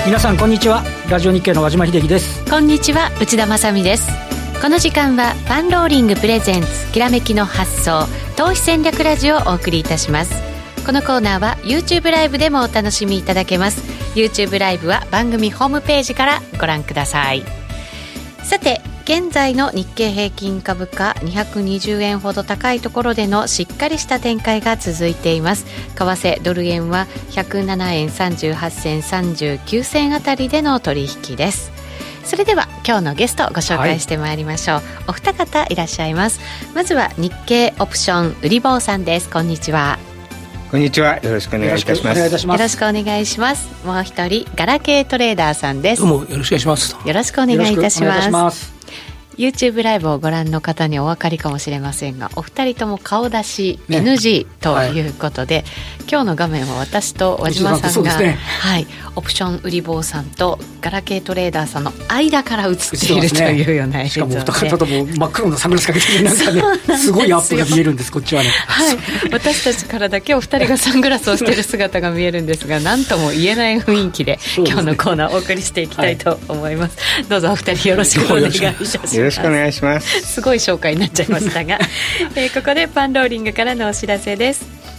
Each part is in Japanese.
皆さんこんにちは。ラジオ日経の和島秀樹です。 こんにちは、内田まさみです。この時間はパンローリングプレゼンツきらめきの発想投資戦略ラジオをお送りいたします。このコーナーは YouTube ライブでもお楽しみいただけます。 YouTube ライブは番組ホームページからご覧ください。さて、現在の日経平均株価220円ほど高いところでのしっかりした展開が続いています。為替ドル円は107円38銭39銭あたりでの取引です。それでは今日のゲストをご紹介してまいりましょう。お二方いらっしゃいます。まずは日経オプション売り坊さんです。こんにちは。 こんにちは。よろしくお願いいたします。 よろしくお願いします。もう一人ガラケートレーダーさんです。 どうもよろしくお願いします。 よろしくお願いいたします。YouTube ライブをご覧の方にお分かりかもしれませんが、お二人とも顔出し NG、ということで、今日の画面は私と和島さんが、オプション売り坊さんとガラケートレーダーさんの間から映っているというような映像で、 しかもお二方とも真っ黒なサングラスかけてなんかねすごいアップが見えるんです。こっちはね、 私たちからだけお二人がサングラスをしている姿が見えるんですが、何とも言えない雰囲気で今日のコーナーをお送りしていきたいと思います。どうぞお二人よろしくお願いいたします。 よろしくお願いします。 すごい紹介になっちゃいましたがここでパンローリングからのお知らせです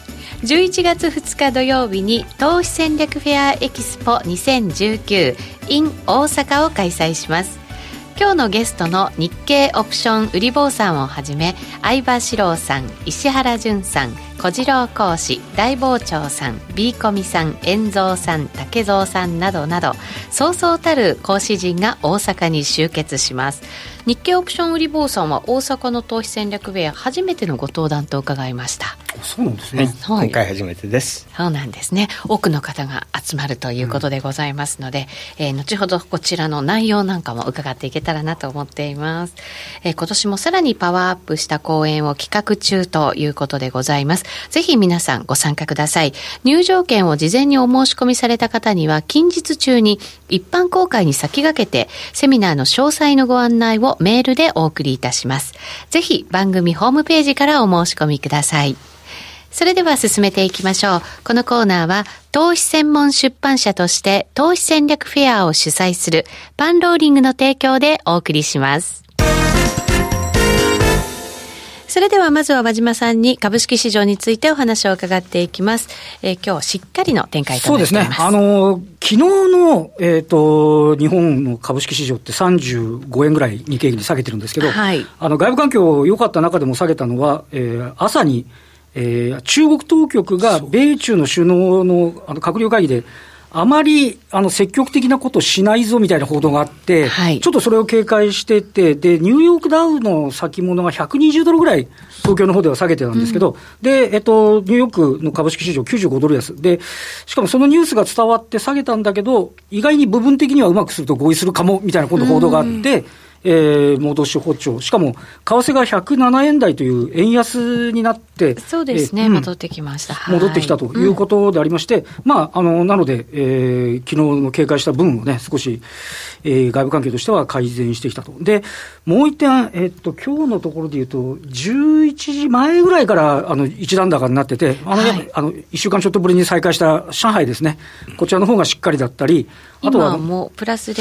。11月2日土曜日に投資戦略フェアエキスポ2019 in 大阪を開催します。今日のゲストの日経オプション売り坊さんをはじめ、相場志郎さん、石原淳さん、小次郎講師、大傍聴さん、ビーコミさん、遠蔵さん、竹蔵さんなどなど、そうそうたる講師陣が大阪に集結します。日経オプション売り坊さんは大阪の投資戦略フェア初めてのご登壇と伺いました。 そうなんですね、 今回初めてです。 そうなんですね。多くの方が集まるということでございますので、後ほどこちらの内容なんかも伺っていけたらなと思っています。今年もさらにパワーアップした講演を企画中ということでございます。ぜひ皆さんご参加ください。入場券を事前にお申し込みされた方には近日中に一般公開に先駆けてセミナーの詳細のご案内をメールでお送りいたします。ぜひ番組ホームページからお申し込みください。それでは進めていきましょう。このコーナーは投資専門出版社として投資戦略フェアを主催するパンローリングの提供でお送りします。それではまずは和島さんに株式市場についてお話を伺っていきます。今日しっかりの展開となっています。 そうですね。昨日の、日本の株式市場って35円ぐらい日経平均で下げてるんですけど、外部環境良かった中でも下げたのは、朝に中国当局が米中の首脳の閣僚会議であまり積極的なことをしないぞみたいな報道があって、ちょっとそれを警戒してて、でニューヨークダウの先物が120ドルぐらい東京の方では下げてたんですけど、でニューヨークの株式市場95ドル安で、しかもそのニュースが伝わって下げたんだけど、意外に部分的にはうまくすると合意するかもみたいな今度報道があって、戻し歩調、しかも為替が107円台という円安になって、 そうですね、戻ってきました。 戻ってきたということでありまして、なので、昨日の警戒した分をね、少し、外部環境としては改善してきたと。で、もう一点、今日のところで言うと、11時前ぐらいから一段高になってて、1週間ちょっとぶりに再開した上海ですね、こちらの方がしっかりだったり、あとは今もプラス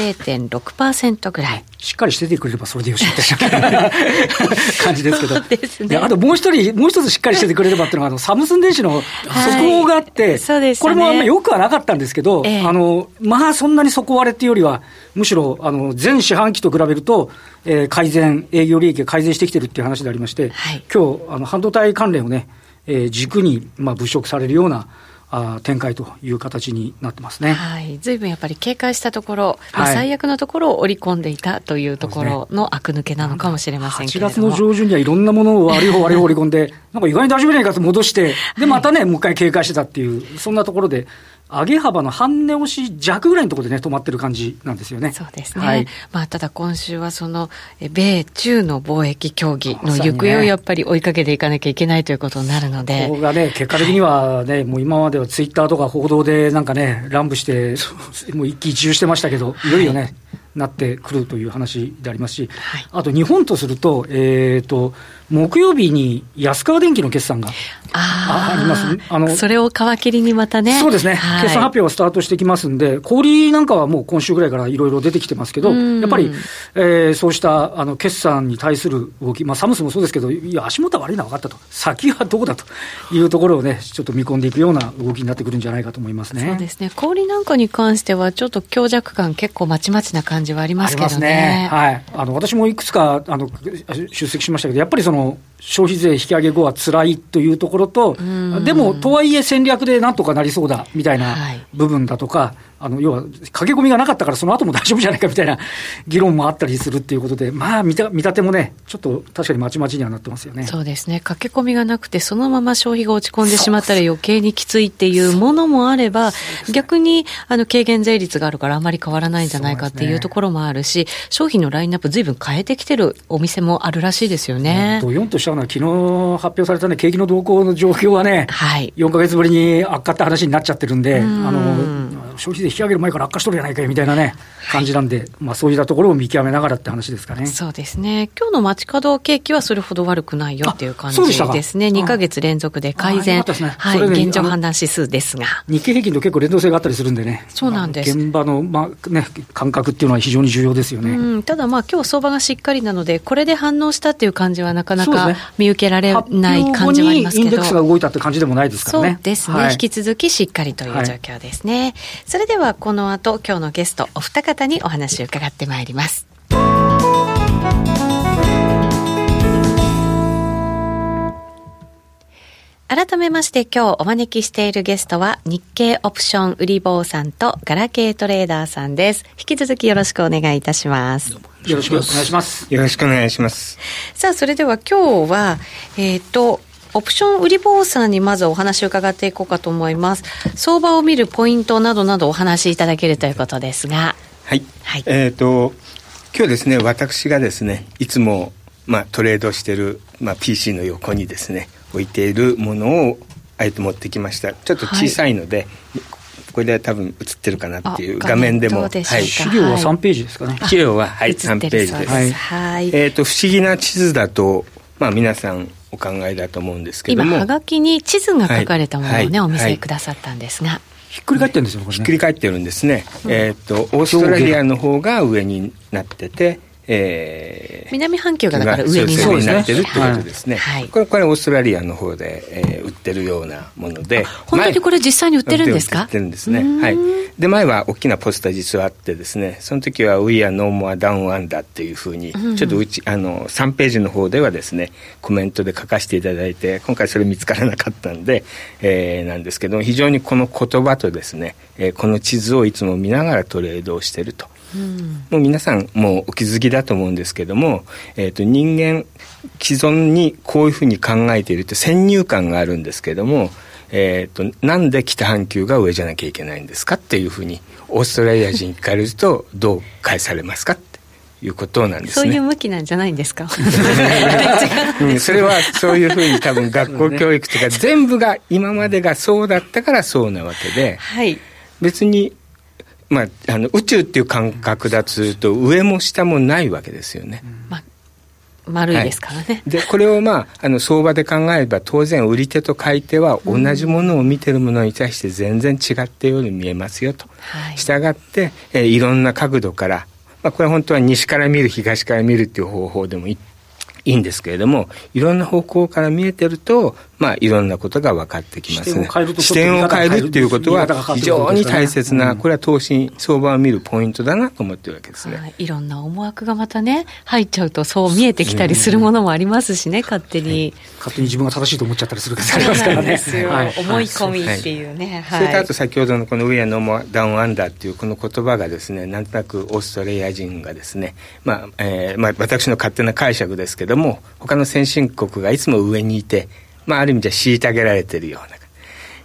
0.6% ぐらい。 しっかりしててくれればそれでよしみたいな感じですけど。 そうですね。 あともう一つしっかりしててくれればっていうのが、サムスン電子の速報があって、 そうですね、 これもあんまよくはなかったんですけど、そんなに底割れっていうよりは、むしろ前四半期と比べると、改善、営業利益が改善してきてるっていう話でありまして、今日半導体関連をね、軸に物色されるような展開という形になってますね。 随分やっぱり警戒したところ、最悪のところを織り込んでいたというところの悪抜けなのかもしれませんけれども、 8月の上織旬にはいろんなものを悪い方織り込んでなんか意外に大丈夫じゃないかと戻して、でまたね、もう一回警戒してたっていう、そんなところで上げ幅の半値押し弱ぐらいのところでね、止まってる感じなんですよね。 そうですね。ただ今週はその米中の貿易協議の行方をやっぱり追いかけていかなきゃいけないということになるので、 ここがね、結果的にはね、もう今まではツイッターとか報道でなんかね、乱舞してもう一喜一憂してましたけど、いよいよね、 なってくるという話でありますし、あと日本とすると、木曜日に安川電機の決算があります。 それを皮切りにまたね。 そうですね。決算発表がスタートしてきますんで、小売なんかはもう今週ぐらいからいろいろ出てきてますけど、やっぱり、そうした決算に対する動き、サムスもそうですけど、いや、足元は悪いのは分かったと。先はどうだというところをね、ちょっと見込んでいくような動きになってくるんじゃないかと思いますね。 そうですね。小売なんかに関しては、ちょっと強弱感結構まちまちな感じはありますけどね。 はい。私もいくつか、出席しましたけど、やっぱり消費税引き上げ後は辛いというところと、でも、とはいえ戦略でなんとかなりそうだみたいな部分だとか、要は駆け込みがなかったからその後も大丈夫じゃないかみたいな議論もあったりするっていうことで、見立てもね、ちょっと確かにまちまちにはなってますよね。 そうですね。駆け込みがなくて、そのまま消費が落ち込んでしまったら余計にきついっていうものもあれば、逆に軽減税率があるからあまり変わらないんじゃないかっていうところもあるし、商品のラインナップ随分変えてきてるお店もあるらしいですよね。 ドヨンとしたのは昨日発表されたね、景気の動向の状況はね、4ヶ月ぶりに悪化った話になっちゃってるんで、消費税引き上げる前から悪化しとるじゃないかよみたいなね、感じなんで、そういったところを見極めながらって話ですかね。 そうですね。今日の街角景気はそれほど悪くないよっていう感じですね。2ヶ月連続で改善。現状判断指数ですが。 日経平均と結構連動性があったりするんでね。 そうなんです。 現場の、感覚っていうのは非常に重要ですよね。 ただ今日相場がしっかりなので、これで反応したっていう感じはなかなか見受けられない感じはありますけど。 インデックスが動いたって感じでもないですからね。 そうですね。引き続きしっかりという状況ですね。それではこの後、今日のゲストお二方にお話を伺ってまいります。改めまして今日お招きしているゲストは日経オプション売り坊さんとガラケートレーダーさんです。引き続きよろしくお願いいたします。 よろしくお願いします。 よろしくお願いします。 さあ、それでは今日はオプション売り坊さんにまずお話を伺っていこうかと思います。相場を見るポイントなどなどお話しいただけるということですが。 はい。今日ですね、私がですね、いつもトレードしているPC の横にですね置いているものをあえて持ってきました。ちょっと小さいので、これで多分映ってるかなっていう画面でも、 資料は3ページですかね。 資料は3ページです。不思議な地図だと皆さんお考えだと思うんですけども、 今はがきに地図が書かれたものをね、お見せくださったんですが、 ひっくり返ってるんですよ、これね。 ひっくり返ってるんですね。オーストラリアの方が上になってて、 南半球がだから上になってるってことですね。これオーストラリアの方で、売ってるようなもので、 本当にこれ実際に売ってるんですか？ 売ってるんですね。はい。で、前は大きなポスター実はあってですね、その時は We are no more down under っていうふうに、ちょっと3ページの方ではですね、コメントで書かせていただいて、今回それ見つからなかったんで、なんですけど、非常にこの言葉とですね、この地図をいつも見ながらトレードをしていると。もう皆さんもうお気づきだと思うんですけども、人間既存にこういうふうに考えていると先入観があるんですけども、なんで北半球が上じゃなきゃいけないんですかっていうふうにオーストラリア人に聞かれるとどう返されますかっていうことなんですね。 そういう向きなんじゃないんですか？ それはそういうふうに多分学校教育とか全部が今までがそうだったからそうなわけで、別に宇宙っていう感覚だとすると上も下もないわけですよね。 丸いですからね。 でこれを相場で考えれば当然売り手と買い手は同じものを見てるものに対して全然違っているように見えますよと。したがって、いろんな角度から、これは本当は西から見る東から見るっていう方法でもいいんですけれども、いろんな方向から見えてるといろんなことが分かってきますね。視点を変えるっていうことは非常に大切な、これは投資相場を見るポイントだなと思ってるわけですね。 いろんな思惑がまたね入っちゃうとそう見えてきたりするものもありますしね、勝手に自分が正しいと思っちゃったりすることがありますからね。 思い込みっていうね。 それとあと先ほどのこの We are no more down under っていうこの言葉がですね、なんとなくオーストラリア人がですね、私の勝手な解釈ですけども、他の先進国がいつも上にいて、ある意味じゃ虐げられているような、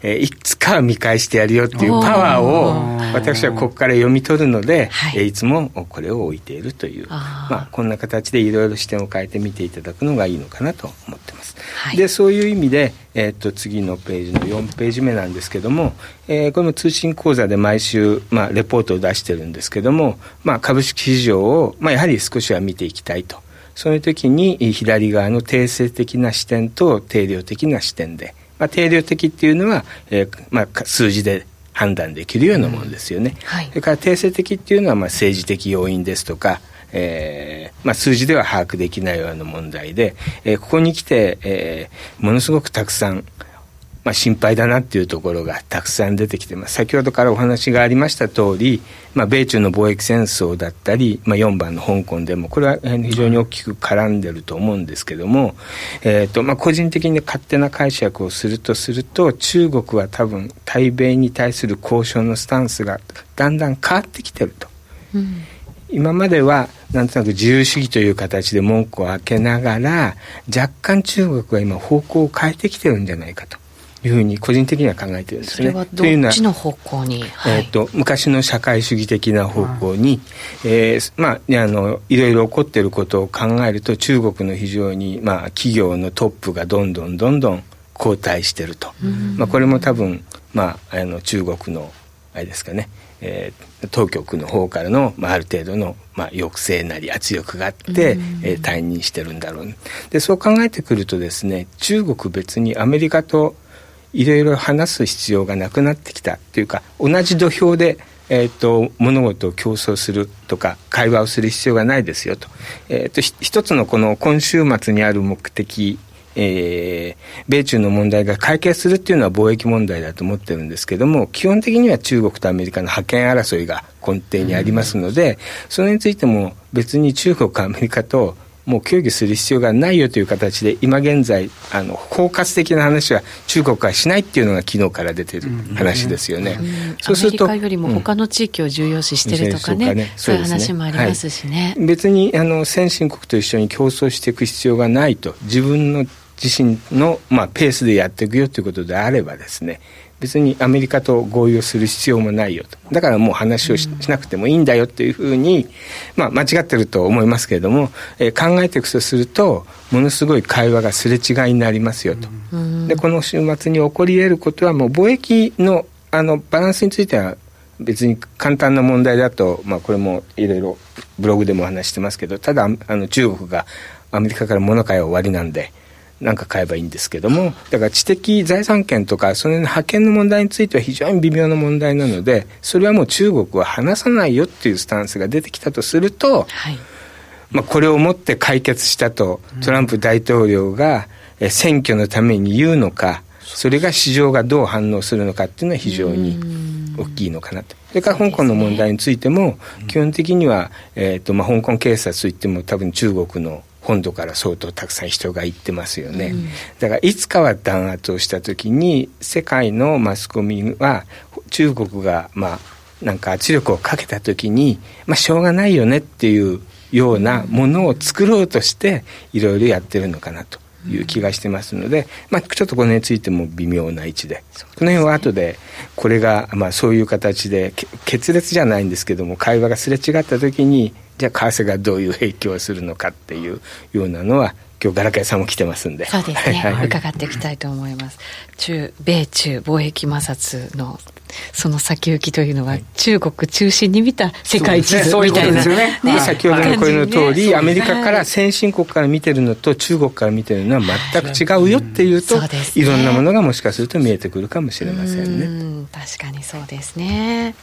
いつかは見返してやるよっていうパワーを私はここから読み取るので、いつもこれを置いているという、こんな形でいろいろ視点を変えて見ていただくのがいいのかなと思ってます。でそういう意味で、次のページの4ページ目なんですけども、これも通信講座で毎週、レポートを出してるんですけども、株式市場を、やはり少しは見ていきたいと。そういう時に左側の定性的な視点と定量的な視点で、定量的っていうのは、数字で判断できるようなものですよね。それから定性的っていうのは政治的要因ですとか、数字では把握できないような問題で、ここに来て、ものすごくたくさん、心配だなっていうところがたくさん出てきてます。先ほどからお話がありました通り、米中の貿易戦争だったり、4番の香港でもこれは非常に大きく絡んでると思うんですけども、個人的に勝手な解釈をすると中国は多分対米に対する交渉のスタンスがだんだん変わってきてると、今まではなんとなく自由主義という形で門戸を開けながら、若干中国は今方向を変えてきてるんじゃないかというふうに個人的には考えているんですね。 それはどっちの方向に？ 昔の社会主義的な方向に、いろいろ起こっていることを考えると、中国の非常に、企業のトップがどんどん交代していると、これも多分、中国のあれですかね、当局の方からの、ある程度の、抑制なり圧力があって、退任してるんだろう、でそう考えてくるとですね、中国別にアメリカといろいろ話す必要がなくなってきたというか、同じ土俵で、物事を競争するとか会話をする必要がないですよと。一つのこの今週末にある目的、米中の問題が解決するっていうのは貿易問題だと思ってるんですけども、基本的には中国とアメリカの覇権争いが根底にありますので、それについても別に中国アメリカともう協議する必要がないよという形で、今現在包括的な話は中国はしないっていうのが昨日から出てる話ですよね。 そうするとアメリカよりも他の地域を重要視してるとかね、そういう話もありますしね。 別に先進国と一緒に競争していく必要がないと、自分の自身の、ペースでやっていくよということであればですね、別にアメリカと合意をする必要もないよと。だからもう話を しなくてもいいんだよというふうに、間違ってると思いますけれども、考えていくとすると、ものすごい会話がすれ違いになりますよと。でこの週末に起こり得ることは、もう貿易のバランスについては別に簡単な問題だと、これもいろいろブログでもお話してますけど、ただ中国がアメリカから物買いは終わりなんで何か買えばいいんですけども、だから知的財産権とかその覇権の問題については非常に微妙な問題なので、それはもう中国は話さないよっていうスタンスが出てきたとすると、これをもって解決したとトランプ大統領が選挙のために言うのか、それが市場がどう反応するのかっていうのは非常に大きいのかなと。それから香港の問題についても、基本的には、香港警察といっても多分中国の本土から相当たくさん人が行ってますよね。だからいつかは弾圧をした時に、世界のマスコミは中国がなんか圧力をかけた時に、しょうがないよねっていうようなものを作ろうとしていろいろやってるのかなという気がしてますので、ちょっとこの辺についても微妙な位置で、この辺は後でこれがそういう形で決裂じゃないんですけども、会話がすれ違った時に、じゃあ為替がどういう影響をするのかっていうようなのは、今日ガラケーさんも来てますんで、 そうですね、伺っていきたいと思います。米中貿易摩擦のその先行きというのは、中国中心に見た世界地図みたいな、 先ほどのこれの通り、アメリカから先進国から見てるのと中国から見てるのは全く違うよっていうと、いろんなものがもしかすると見えてくるかもしれませんね。 確かにそうですね。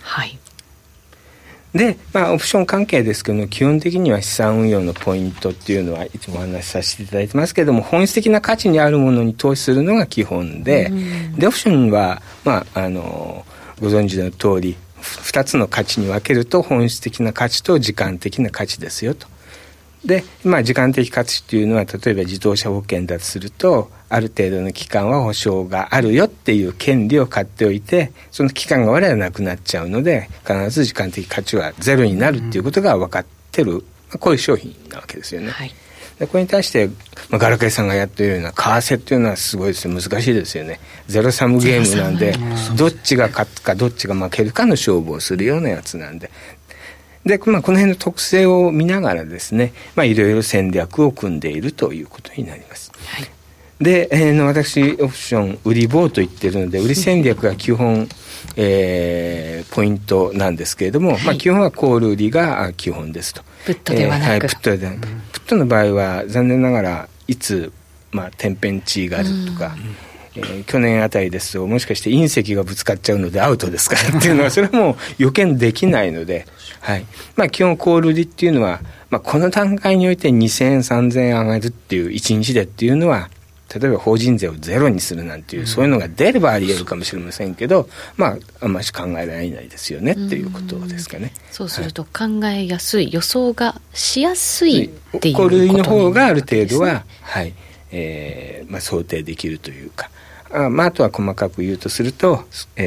で、オプション関係ですけども、基本的には資産運用のポイントっていうのはいつもお話しさせていただいてますけども、本質的な価値にあるものに投資するのが基本で、でオプションは、ご存知の通り2つの価値に分けると、本質的な価値と時間的な価値ですよと。で、時間的価値っていうのは、例えば自動車保険だとすると、ある程度の期間は保証があるよっていう権利を買っておいて、その期間が終わればなくなっちゃうので、必ず時間的価値はゼロになるっていうことが分かってる、こういう商品なわけですよね。 でこれに対して、ガラケーさんがやっているような為替っていうのはすごいですね、難しいですよね。ゼロサムゲームなんで、どっちが勝つかどっちが負けるかの勝負をするようなやつなんで、この辺の特性を見ながらですね、いろいろ戦略を組んでいるということになります。はい、で、私オプション売り棒と言っているので、売り戦略が基本、ポイントなんですけれども、はい、基本はコール売りが基本ですと。 プットではなく、はい、 プットではなく、プットの場合は残念ながらいつ、天変地異があるとか、去年あたりですともしかして隕石がぶつかっちゃうのでアウトですからっていうのはそれはもう予見できないので、はい、基本コール売りっていうのは、この段階において2000円3000円上がるっていう1日でっていうのは、例えば法人税をゼロにするなんていう、そういうのが出ればあり得るかもしれませんけど、あんまり考えられないですよねっていうことですかね。 そうすると考えやすい、予想がしやすいっていうことになるんですね。 コール売りの方がある程度は、はい、想定できるというか、あとは細かく言うとすると、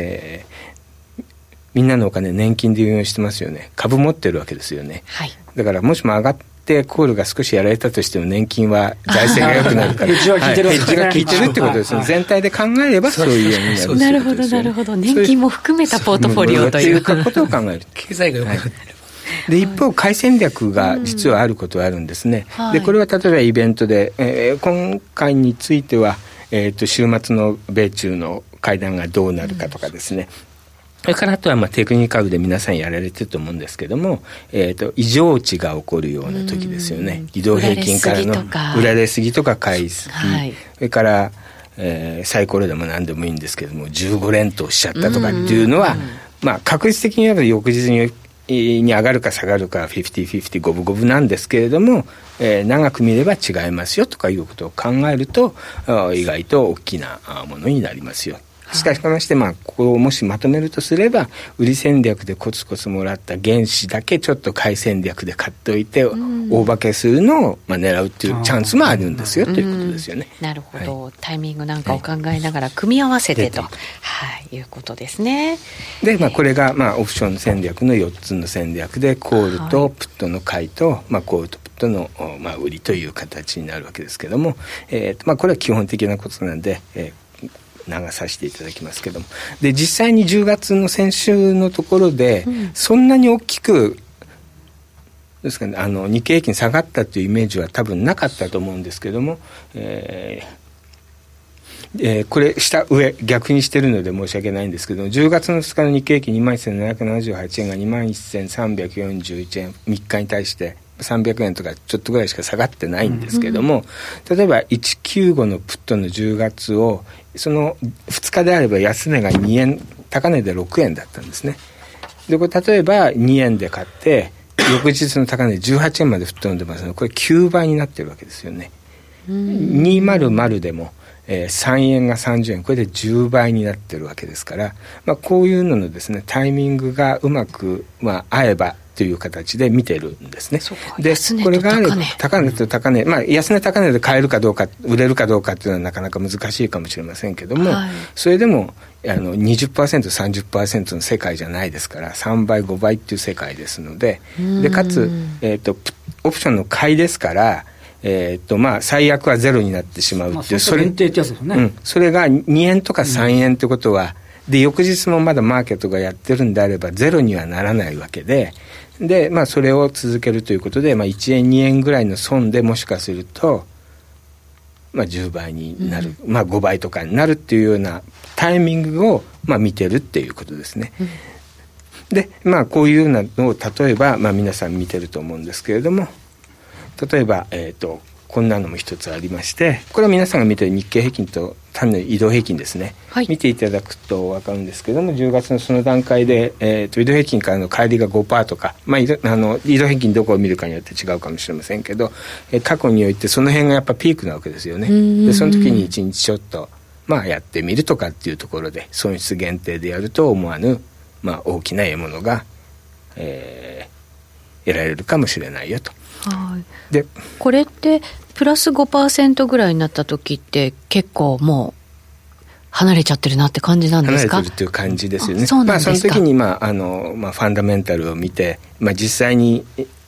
みんなのお金年金で運用してますよね。株持ってるわけですよね。はい、だからもしも上がってコールが少しやられたとしても年金は財政が良くなるからヘッジは効いてる、 ヘッジが効いてるってことですね。全体で考えればそういうようになる。 なるほどなるほど。年金も含めたポートフォリオということを考える。 経済が良くなる。 で一方改戦略が実はあることはあるんですね。でこれは例えばイベントで、今回については、週末の米中の会談がどうなるかとかですね、それからあとはテクニカルで皆さんやられてると思うんですけども、異常値が起こるような時ですよね。移動平均からの売られすぎとか買いすぎ、はい、それから、サイコロでも何でもいいんですけども15連投しちゃったとかっていうのは、確実的に言えば翌日に上がるか下がるか 50-50 五分五分なんですけれども、長く見れば違いますよとかいうことを考えると意外と大きなものになりますよ。しかしまして、ここをもしまとめるとすれば、売り戦略でコツコツもらった原資だけちょっと買い戦略で買っておいて、大化けするのを狙うっていうチャンスもあるんですよということですよね。 なるほど、はい、タイミングなんかを考えながら組み合わせてと、いうことですね。 で、これがオプション戦略の4つの戦略で、コールとプットの買いと、コールとプットの、売りという形になるわけですけども、これは基本的なことなんで、流させていただきますけども、で実際に10月の先週のところで、そんなに大きくですかね、日経平均下がったというイメージは多分なかったと思うんですけども、これ下上逆にしてるので申し訳ないんですけども、10月の2日の日経平均 21,778 円が 21,341 円、3日に対して300円とかちょっとぐらいしか下がってないんですけども、例えば195のプットの10月をその2日であれば安値が2円高値で6円だったんですね。でこれ例えば2円で買って翌日の高値18円まで吹っ飛んでますので、これ9倍になってるわけですよね。200でも3円が30円、これで10倍になってるわけですから、こういうののですねタイミングがうまく、合えばという形で見てるんですね。でこれがある高値と高値、安値高値で買えるかどうか売れるかどうかっていうのはなかなか難しいかもしれませんけども、それでも20%、30% の世界じゃないですから、3倍5倍っていう世界ですので、でかつ、オプションの買いですから、最悪はゼロになってしまうっていう、 それ限定ってやつですよね。 それが2円とか3円ってことは、で翌日もまだマーケットがやってるんであればゼロにはならないわけで、それを続けるということで、1円2円ぐらいの損でもしかすると、10倍になる、5倍とかになるっていうようなタイミングを、見てるっていうことですね。でこういうようなのを例えば、皆さん見てると思うんですけれども、例えば、こんなのも一つありまして、これは皆さんが見てる日経平均と単なる移動平均ですね、見ていただくと分かるんですけども、10月のその段階で、移動平均からの乖離が 5% とか、移動平均どこを見るかによって違うかもしれませんけど、過去においてその辺がやっぱピークなわけですよね。でその時に1日ちょっと、やってみるとかっていうところで損失限定でやると思わぬ、大きな獲物が、得られるかもしれないよと。 でこれってプラス 5% ぐらいになった時って結構もう離れちゃってるなって感じなんですか？ 離れてるっていう感じですよね。その時にファンダメンタルを見て、実際に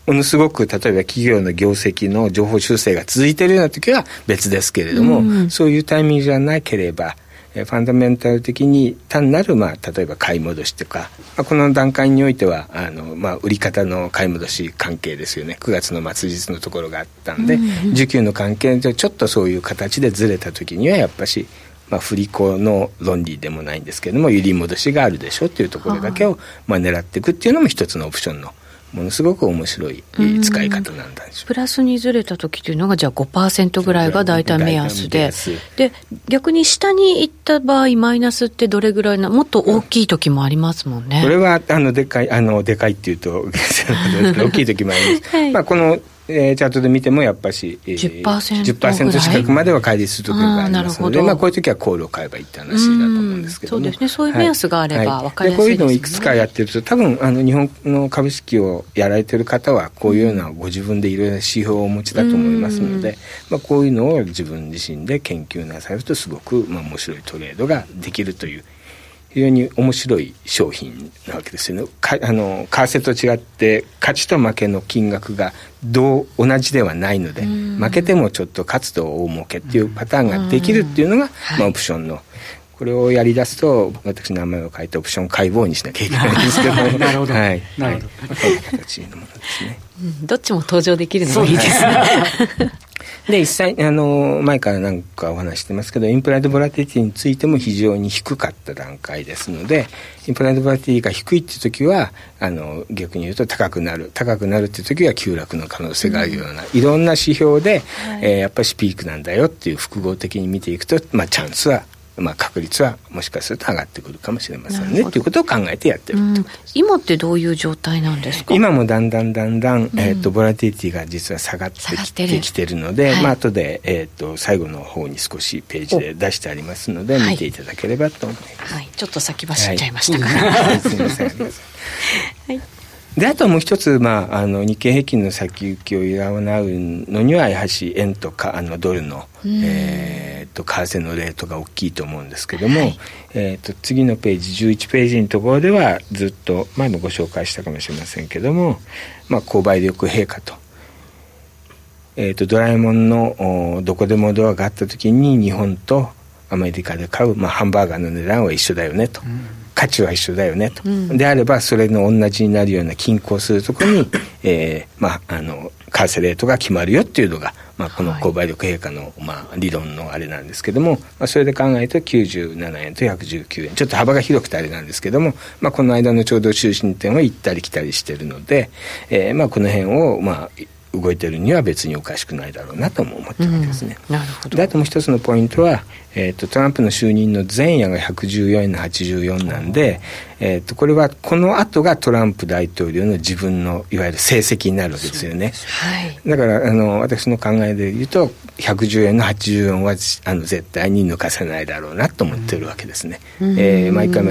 ものすごく例えば企業の業績の情報修正が続いているような時は別ですけれども、そういうタイミングじゃなければファンダメンタル的に単なる、例えば買い戻しとか、この段階においては売り方の買い戻し関係ですよね。9月の末日のところがあったんで、需給の関係でちょっとそういう形でずれた時にはやっぱし振り子の論理でもないんですけれども、揺り戻しがあるでしょというところだけを狙っていくっていうのも一つのオプションのものすごく面白い使い方なんだでしょう。 プラスにずれた時というのがじゃあ 5% ぐらいが大体目安で、逆に下に行った場合マイナスってどれぐらいもっと大きい時もありますもんね。 これはでかいっていうと大きい時もあります、このチャートで見てもやっぱし、10% 近くまでは乖離するところがありますので、こういう時はコールを買えばいいって話だと思うんですけども、 そうですね、そういう目安があれば分かりやすいですね。 こういうのをいくつかやってると、多分日本の株式をやられてる方はこういうようなご自分でいろいろな指標をお持ちだと思いますので、こういうのを自分自身で研究なさるとすごく面白いトレードができるという非常に面白い商品なわけですよね。為替と違って勝ちと負けの金額が同じではないので、負けてもちょっと勝つと大儲けっていうパターンができるっていうのが、オプションのこれをやり出すと、私名前を書いてオプション解剖にしなきゃいけないんですけどなるほど、 なるほど、こういう形のものですね。 どっちも登場できるのもいいですね。 で、実際前から何かお話してますけど、インプライドボラティリティについても非常に低かった段階ですので、インプライドボラティリティが低いっていう時は逆に言うと高くなるっていう時は急落の可能性があるような、いろんな指標で、やっぱりピークなんだよっていう複合的に見ていくと、チャンスは確率はもしかすると上がってくるかもしれませんねということを考えてやってるってことです。 今ってどういう状態なんですか？ 今もだんだん、ボラティリティが実は下がってきてるので、後で、最後の方に少しページで出してありますので見ていただければと思います、 ちょっと先走っちゃいましたから、 すみませんで、あともう一つ、日経平均の先行きを占うのにはやはり円とかドルの、為替のレートが大きいと思うんですけども、次のページ11ページのところではずっと前もご紹介したかもしれませんけども、購買力陛下と、ドラえもんのどこでもドアがあった時に日本とアメリカで買う、ハンバーガーの値段は一緒だよねと、価値は一緒だよねと、であればそれの同じになるような均衡するところに、為替レートが決まるよっていうのが、この購買力陛下の、理論のあれなんですけども、それで考えると97円と119円ちょっと幅が広くてあれなんですけども、この間のちょうど中心点は行ったり来たりしてるので、この辺を動いてるには別におかしくないだろうなとも思ってるわけですね。 なるほど。 で、あともう一つのポイントは、トランプの就任の前夜が114円の84なんで、これはこの後がトランプ大統領の自分のいわゆる成績になるわけですよね。だから私の考えで言うと110円の84は絶対に抜かせないだろうなと思ってるわけですね。毎回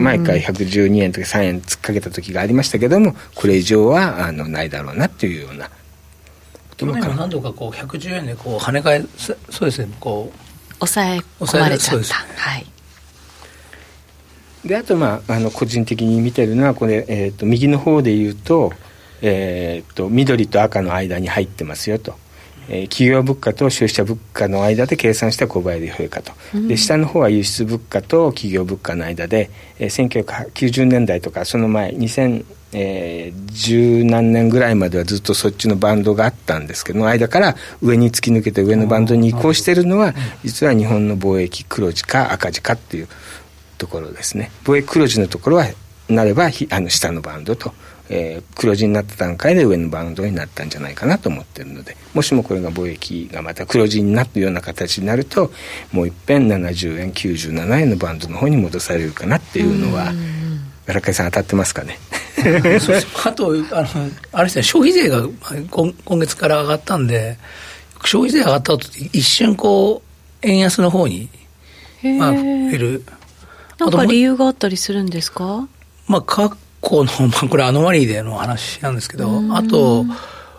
112円とか3円突っかけた時がありましたけども、これ以上はないだろうなっていうような。 去年は何度か110円で跳ね返そうですね、 抑え込まれちゃった。 で、あと個人的に見てるのはこれ、右の方で言うと、緑と赤の間に入ってますよと、企業物価と消費者物価の間で計算した購買力陛下と、で下の方は輸出物価と企業物価の間で、1990年代とかその前2010何年ぐらいまではずっとそっちのバンドがあったんですけど、間から上に突き抜けて上のバンドに移行しているのは実は日本の貿易黒字か赤字かっていうところですね。貿易黒字のところはなれば下のバンドと、黒字になった段階で上のバンドになったんじゃないかなと思っているので、もしもこれが貿易がまた黒字になるような形になるともう一遍70円97円のバンドの方に戻されるかなっていうのは荒川さん当たってますかね。 そうあとあれですね、消費税が今月から上がったんで、消費税上がった後一瞬円安の方に増える。 なんか理由があったりするんですか？ 過去のこれアノマリーでの話なんですけど、あと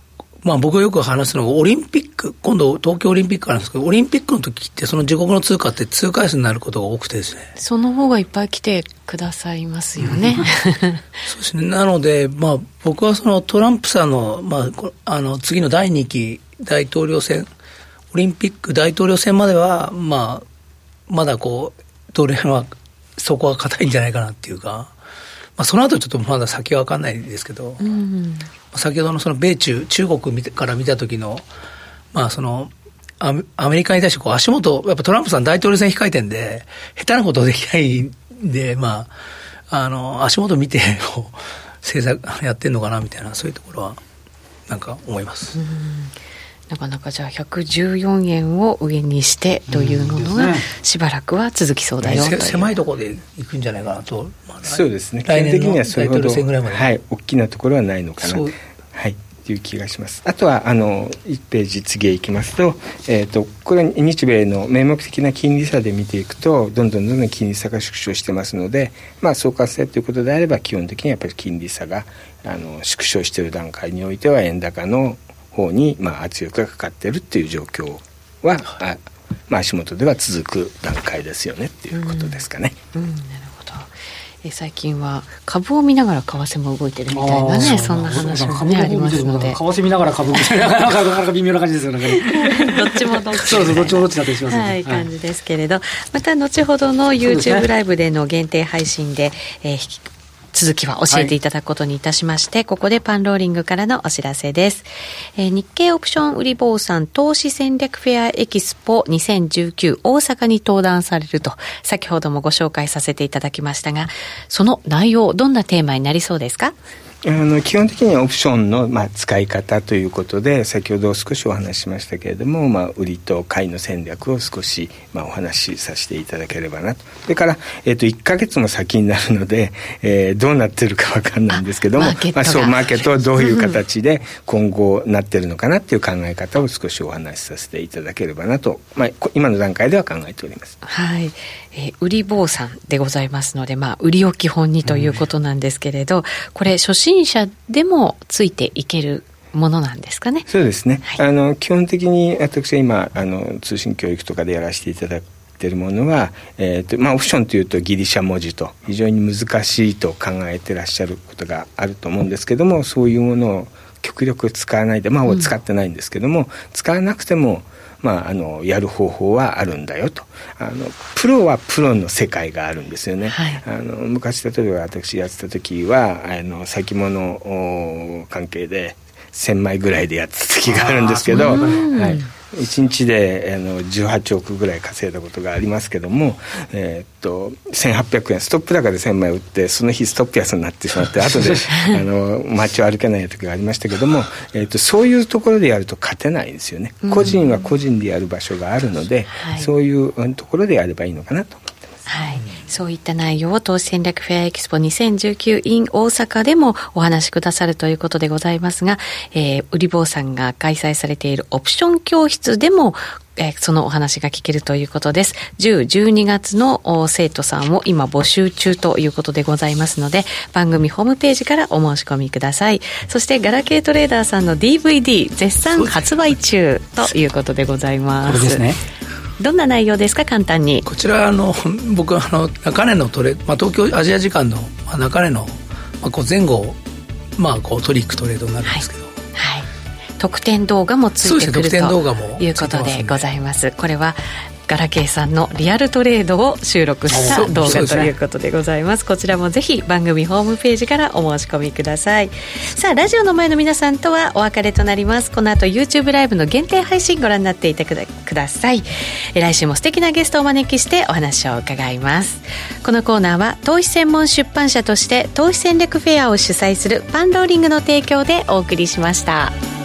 僕がよく話すのがオリンピック、今度東京オリンピックなんですけど、オリンピックの時ってその自国の通貨って通貨安になることが多くてですね、 その方がいっぱい来てくださいますよね。 そうですね。なので、僕はそのトランプさんの、次の第2期大統領選、オリンピック大統領選までは、まだドル円はそこは硬いんじゃないかなっていうか、その後ちょっとまだ先は分かんないですけど、先ほどのその米中国から見た時の、そのアメリカに対して足元、やっぱトランプさん大統領選控えてんで下手なことできないんで、足元見て政策やってんのかなみたいな、そういうところはなんか思います。 なかなかじゃあ114円を上にしてというものがしばらくは続きそうだよという、 狭いところで行くんじゃないかなと。 そうですね。基本的にはそれほど、大きなところはないのかなという気がします。あとは1ページ次へ行きますと、これ日米の名目的な金利差で見ていくとどんどん金利差が縮小してますので、総括性ということであれば基本的にやっぱり金利差が縮小している段階においては円高の方に圧力がかかっているっていう状況は足元では続く段階ですよねっていうことですかね。 なるほど。最近は株を見ながら為替も動いてるみたいなね、そんな話もねありますので、 為替見ながら株みたいななかなか微妙な感じですよね。 どっちもどっちそうどっちもどっちだったりしますね。 感じですけれど、また後ほどの YouTube ライブでの限定配信で、続きは教えていただくことにいたしまして、ここでパンローリングからのお知らせです。日経オプション売り坊さん投資戦略フェアエキスポ2019大阪に登壇されると先ほどもご紹介させていただきましたが、その内容どんなテーマになりそうですか？ 基本的にはオプションの、使い方ということで先ほど少しお話ししましたけれども、売りと買いの戦略を少し、お話しさせていただければなと。それから、1ヶ月も先になるので、どうなってるか分かんないんですけども、マーケットはどういう形で今後なってるのかなっていう考え方を少しお話しさせていただければなと、今の段階では考えております。 はい。売り坊さんでございますので、売りを基本にということなんですけれど、これ初心者でもついていけるものなんですかね？ そうですね、基本的に私は今通信教育とかでやらせていただいているものは、オプションというとギリシャ文字と非常に難しいと考えてらっしゃることがあると思うんですけども、そういうものを極力使わないで、使ってないんですけども、使わなくてもやる方法はあるんだよと。プロはプロの世界があるんですよね。昔例えば私やってた時は先物関係で1000枚ぐらいでやってた時があるんですけど、1日で18億ぐらい稼いだことがありますけども、1800円ストップ高で1000枚売ってその日ストップ安になってしまって後で街を歩けない時がありましたけども、そういうところでやると勝てないんですよね。個人は個人でやる場所があるので、そういうところでやればいいのかなと思ってます。 そういった内容を投資戦略フェアエキスポ2019 in 大阪でもお話しくださるということでございますが、売り坊さんが開催されているオプション教室でもそのお話が聞けるということです。10、12月の生徒さんを今募集中ということでございますので、番組ホームページからお申し込みください。そしてガラケートレーダーさんの DVD 絶賛発売中ということでございます。 これですね。 どんな内容ですか？簡単に。 こちら僕は中値の東京アジア時間の中値の前後トリックトレードになるんですけど、 特典動画もついてくるということでございます。これはガラケーさんのリアルトレードを収録した動画ということでございます。こちらもぜひ番組ホームページからお申し込みください。さあ、ラジオの前の皆さんとはお別れとなります。この後 YouTube ライブの限定配信ご覧になっていてください。来週も素敵なゲストをお招きしてお話を伺います。このコーナーは投資専門出版社として投資戦略フェアを主催するパンローリングの提供でお送りしました。